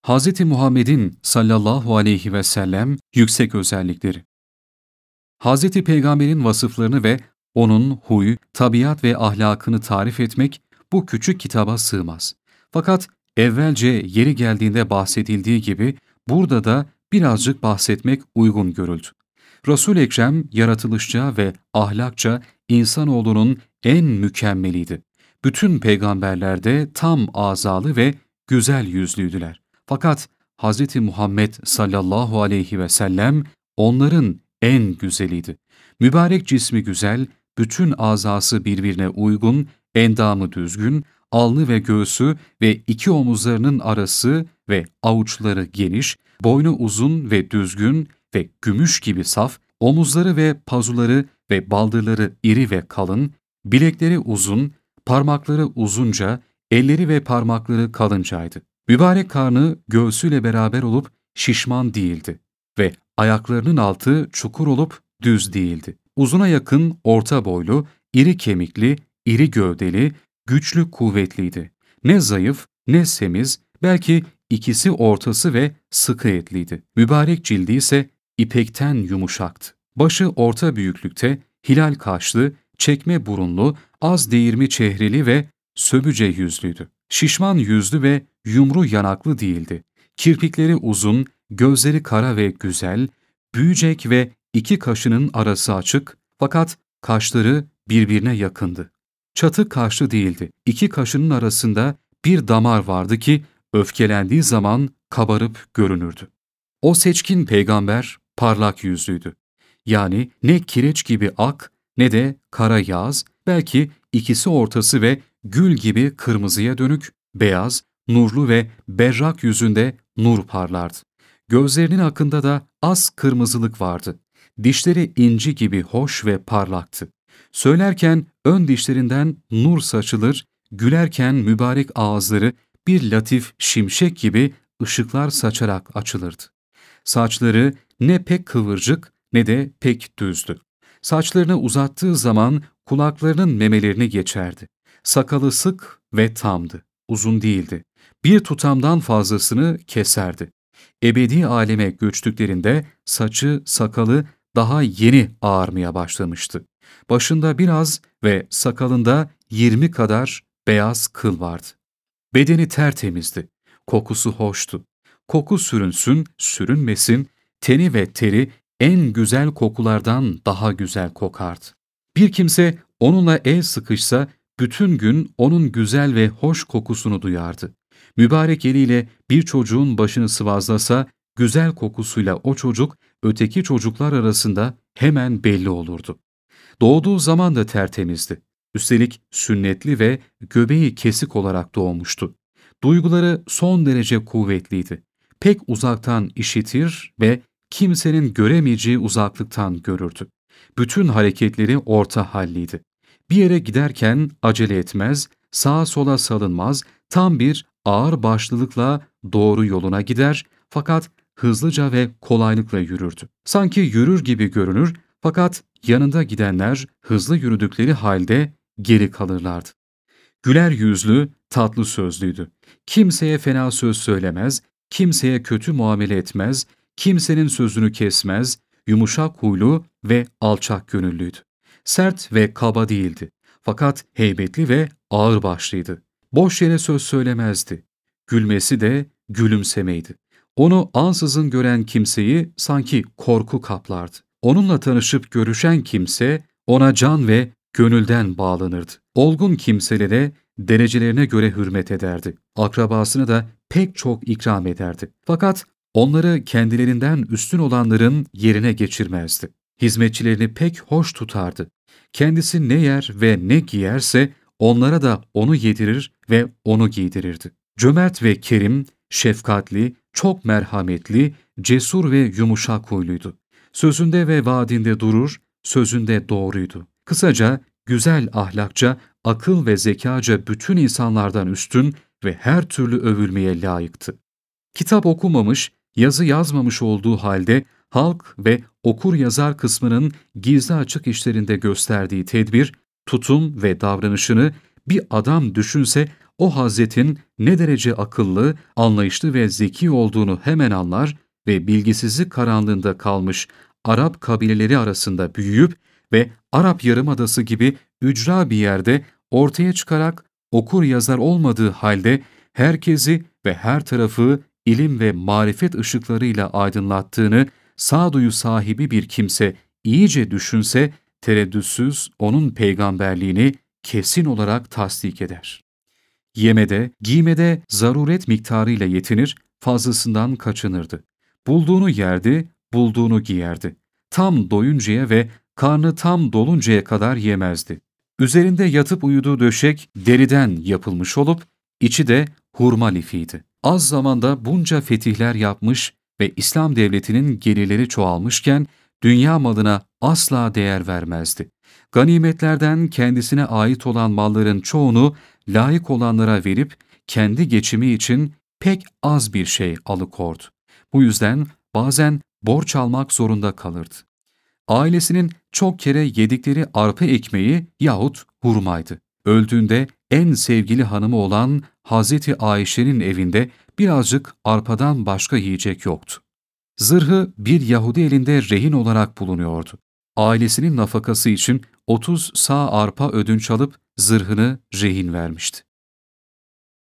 Hz. Muhammed'in sallallahu aleyhi ve sellem yüksek özellikleri. Hz. Peygamber'in vasıflarını ve onun huy, tabiat ve ahlakını tarif etmek bu küçük kitaba sığmaz. Fakat evvelce yeri geldiğinde bahsedildiği gibi burada da birazcık bahsetmek uygun görüldü. Resul-i Ekrem yaratılışça ve ahlakça insanoğlunun en mükemmeliydi. Bütün peygamberler de tam azalı ve güzel yüzlüydüler. Fakat Hz. Muhammed sallallahu aleyhi ve sellem onların en güzeliydi. Mübarek cismi güzel, bütün azası birbirine uygun, endamı düzgün, alnı ve göğsü ve iki omuzlarının arası ve avuçları geniş, boynu uzun ve düzgün ve gümüş gibi saf, omuzları ve pazuları ve baldırları iri ve kalın, bilekleri uzun, parmakları uzunca, elleri ve parmakları kalıncaydı. Mübarek karnı göğsüyle beraber olup şişman değildi ve ayaklarının altı çukur olup düz değildi. Uzuna yakın orta boylu, iri kemikli, iri gövdeli, güçlü kuvvetliydi. Ne zayıf ne semiz, belki ikisi ortası ve sıkı etliydi. Mübarek cildi ise ipekten yumuşaktı. Başı orta büyüklükte, hilal kaşlı, çekme burunlu, az değirmi çehreli ve söbüce yüzlüydü. Şişman yüzlü ve yumru yanaklı değildi. Kirpikleri uzun, gözleri kara ve güzel, büyücek ve iki kaşının arası açık fakat kaşları birbirine yakındı. Çatı kaşlı değildi. İki kaşının arasında bir damar vardı ki öfkelendiği zaman kabarıp görünürdü. O seçkin peygamber parlak yüzlüydü. Yani ne kireç gibi ak ne de kara yağız, belki ikisi ortası ve gül gibi kırmızıya dönük, beyaz, nurlu ve berrak yüzünde nur parlardı. Gözlerinin akında da az kırmızılık vardı. Dişleri inci gibi hoş ve parlaktı. Söylerken ön dişlerinden nur saçılır, gülerken mübarek ağızları bir latif şimşek gibi ışıklar saçarak açılırdı. Saçları ne pek kıvırcık ne de pek düzdü. Saçlarını uzattığı zaman kulaklarının memelerini geçerdi. Sakalı sık ve tamdı, uzun değildi. Bir tutamdan fazlasını keserdi. Ebedi aleme göçtüklerinde saçı, sakalı daha yeni ağarmaya başlamıştı. Başında biraz ve sakalında 20 kadar beyaz kıl vardı. Bedeni tertemizdi, kokusu hoştu. Koku sürünsün, sürünmesin, teni ve teri en güzel kokulardan daha güzel kokardı. Bir kimse onunla el sıkışsa bütün gün onun güzel ve hoş kokusunu duyardı. Mübarek eliyle bir çocuğun başını sıvazlasa, güzel kokusuyla o çocuk öteki çocuklar arasında hemen belli olurdu. Doğduğu zaman da tertemizdi. Üstelik sünnetli ve göbeği kesik olarak doğmuştu. Duyguları son derece kuvvetliydi. Pek uzaktan işitir ve kimsenin göremeyeceği uzaklıktan görürdü. Bütün hareketleri orta halliydi. Bir yere giderken acele etmez, sağa sola salınmaz, tam bir ağır başlılıkla doğru yoluna gider fakat hızlıca ve kolaylıkla yürürdü. Sanki yürür gibi görünür fakat yanında gidenler hızlı yürüdükleri halde geri kalırlardı. Güler yüzlü, tatlı sözlüydü. Kimseye fena söz söylemez, kimseye kötü muamele etmez, kimsenin sözünü kesmez, yumuşak huylu ve alçak gönüllüydü. Sert ve kaba değildi. Fakat heybetli ve ağırbaşlıydı. Boş yere söz söylemezdi. Gülmesi de gülümsemeydi. Onu ansızın gören kimseyi sanki korku kaplardı. Onunla tanışıp görüşen kimse ona can ve gönülden bağlanırdı. Olgun kimselere derecelerine göre hürmet ederdi. Akrabasını da pek çok ikram ederdi. Fakat onları kendilerinden üstün olanların yerine geçirmezdi. Hizmetçilerini pek hoş tutardı. Kendisi ne yer ve ne giyerse onlara da onu yedirir ve onu giydirirdi. Cömert ve kerim, şefkatli, çok merhametli, cesur ve yumuşak huyluydu. Sözünde ve vaadinde durur, sözünde doğruydu. Kısaca, güzel ahlakça, akıl ve zekaca bütün insanlardan üstün ve her türlü övülmeye layıktı. Kitap okumamış, yazı yazmamış olduğu halde halk ve okur yazar kısmının gizli açık işlerinde gösterdiği tedbir, tutum ve davranışını bir adam düşünse O Hazretin ne derece akıllı, anlayışlı ve zeki olduğunu hemen anlar ve bilgisizlik karanlığında kalmış Arap kabileleri arasında büyüyüp ve Arap Yarımadası gibi ücra bir yerde ortaya çıkarak okur yazar olmadığı halde herkesi ve her tarafı ilim ve marifet ışıklarıyla aydınlattığını sağduyu sahibi bir kimse iyice düşünse tereddütsüz onun peygamberliğini kesin olarak tasdik eder. Yemede, giymede zaruret miktarıyla yetinir, fazlasından kaçınırdı. Bulduğunu yerdi, bulduğunu giyerdi. Tam doyuncaya ve karnı tam doluncaya kadar yemezdi. Üzerinde yatıp uyuduğu döşek deriden yapılmış olup, içi de hurma lifiydi. Az zamanda bunca fetihler yapmış ve İslam devletinin gelirleri çoğalmışken, dünya malına asla değer vermezdi. Ganimetlerden kendisine ait olan malların çoğunu layık olanlara verip kendi geçimi için pek az bir şey alıkordu. Bu yüzden bazen borç almak zorunda kalırdı. Ailesinin çok kere yedikleri arpa ekmeği yahut hurmaydı. Öldüğünde en sevgili hanımı olan Hazreti Ayşe'nin evinde birazcık arpadan başka yiyecek yoktu. Zırhı bir Yahudi elinde rehin olarak bulunuyordu. Ailesinin nafakası için 30 sağ arpa ödünç alıp zırhını rehin vermişti.